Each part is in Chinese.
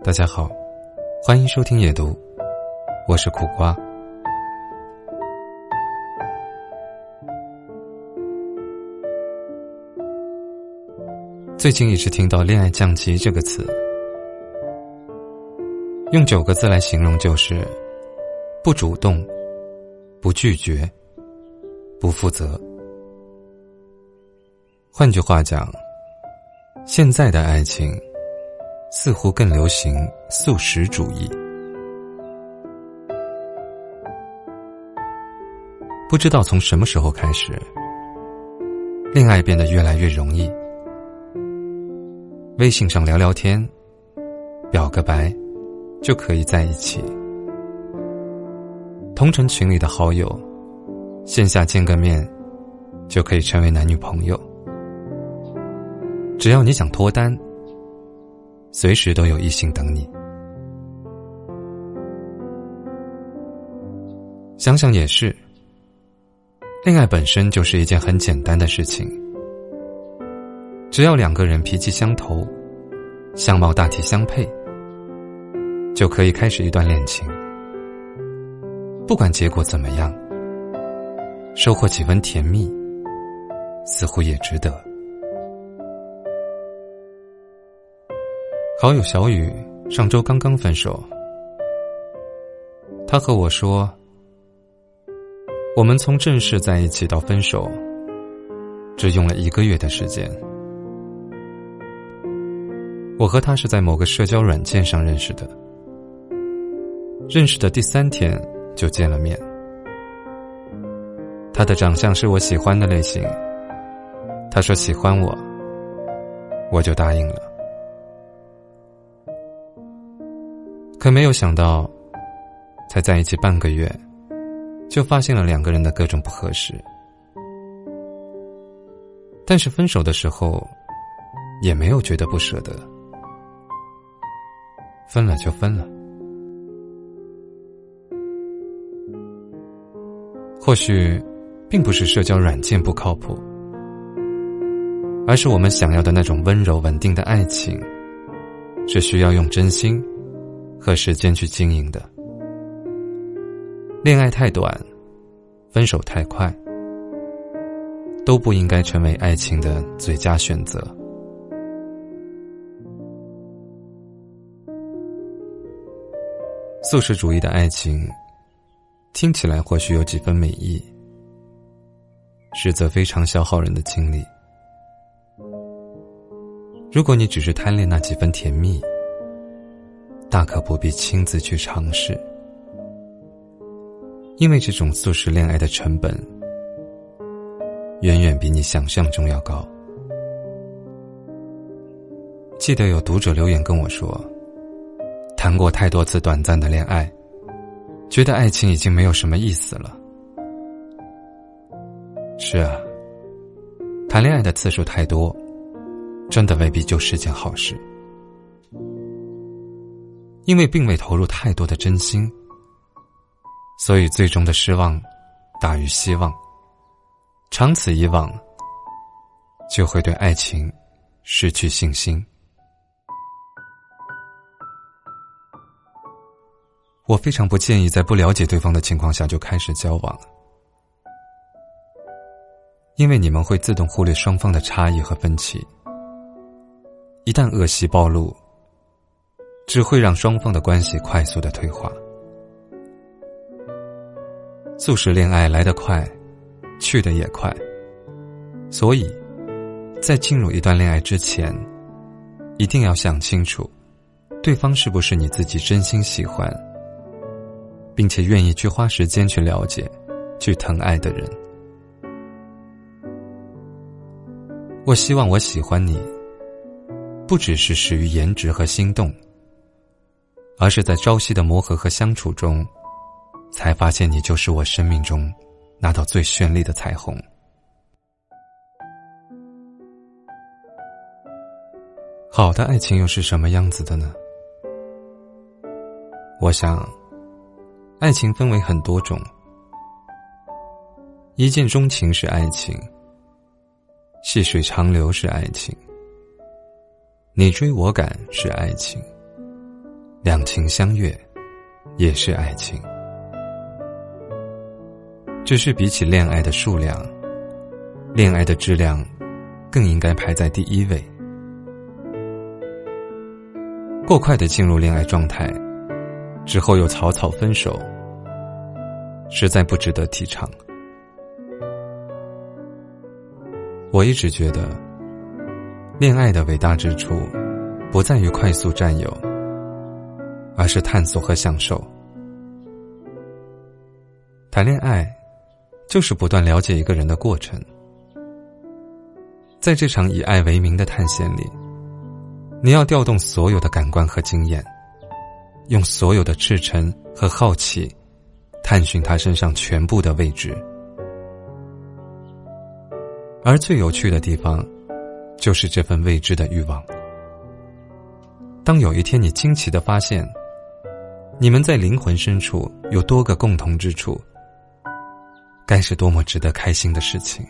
大家好，欢迎收听夜读，我是苦瓜。最近一直听到恋爱降级这个词，用9个字来形容就是不主动、不拒绝、不负责。换句话讲，现在的爱情似乎更流行速食主义。不知道从什么时候开始，恋爱变得越来越容易。微信上聊聊天，表个白就可以在一起。同城群里的好友，线下见个面就可以成为男女朋友。只要你想脱单，随时都有异性等你。想想也是，恋爱本身就是一件很简单的事情，只要2个人脾气相投，相貌大体相配，就可以开始一段恋情。不管结果怎么样，收获几分甜蜜，似乎也值得。好友小雨上周刚刚分手，他和我说，我们从正式在一起到分手只用了1个月的时间。我和他是在某个社交软件上认识的，认识的第3天就见了面。他的长相是我喜欢的类型，他说喜欢我，我就答应了。可没有想到，才在一起半个月，就发现了2个人的各种不合适。但是分手的时候，也没有觉得不舍得。分了就分了。或许，并不是社交软件不靠谱，而是我们想要的那种温柔稳定的爱情，是需要用真心和时间去经营的。恋爱太短，分手太快，都不应该成为爱情的最佳选择。速食主义的爱情，听起来或许有几分美意，实则非常消耗人的精力。如果你只是贪恋那几分甜蜜，大可不必亲自去尝试，因为这种速食恋爱的成本远远比你想象中要高。记得有读者留言跟我说，谈过太多次短暂的恋爱，觉得爱情已经没有什么意思了。是啊，谈恋爱的次数太多，真的未必就是件好事。因为并未投入太多的真心，所以最终的失望大于希望，长此以往，就会对爱情失去信心。我非常不建议在不了解对方的情况下就开始交往，因为你们会自动忽略双方的差异和分歧，一旦恶习暴露，只会让双方的关系快速的退化。速食恋爱来得快，去得也快，所以在进入一段恋爱之前，一定要想清楚，对方是不是你自己真心喜欢，并且愿意去花时间去了解、去疼爱的人。我希望我喜欢你，不只是始于颜值和心动，而是在朝夕的磨合和相处中，才发现你就是我生命中那道最绚丽的彩虹。好的爱情又是什么样子的呢？我想，爱情分为很多种，一见钟情是爱情，细水长流是爱情，你追我赶是爱情， 两情相悦也是爱情，只是比起恋爱的数量，恋爱的质量更应该排在第一位。过快地进入恋爱状态之后又草草分手，实在不值得提倡。我一直觉得恋爱的伟大之处不在于快速占有，而是探索和享受。谈恋爱就是不断了解一个人的过程，在这场以爱为名的探险里，你要调动所有的感官和经验，用所有的赤诚和好奇探寻他身上全部的未知。而最有趣的地方就是这份未知的欲望。当有一天你惊奇地发现你们在灵魂深处有多个共同之处，该是多么值得开心的事情。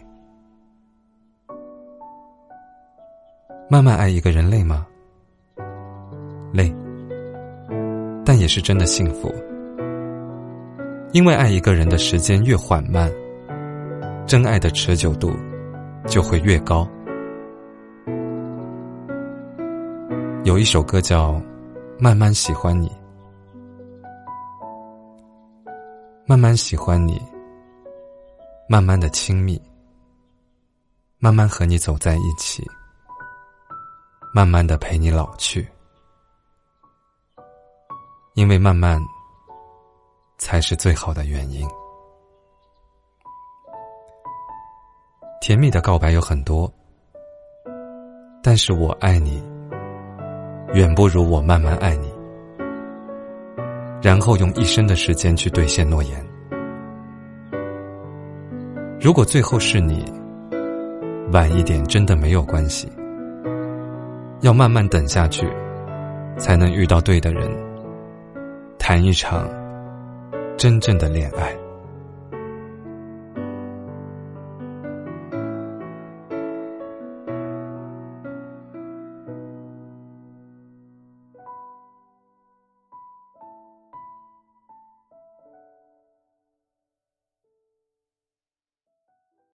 慢慢爱一个人累吗？累，但也是真的幸福。因为爱一个人的时间越缓慢，真爱的持久度就会越高。有一首歌叫《慢慢喜欢你》，慢慢喜欢你，慢慢的亲密，慢慢和你走在一起，慢慢的陪你老去。因为慢慢才是最好的原因。甜蜜的告白有很多，但是我爱你远不如我慢慢爱你，然后用一生的时间去兑现诺言。如果最后是你，晚一点真的没有关系，要慢慢等下去，才能遇到对的人，谈一场真正的恋爱。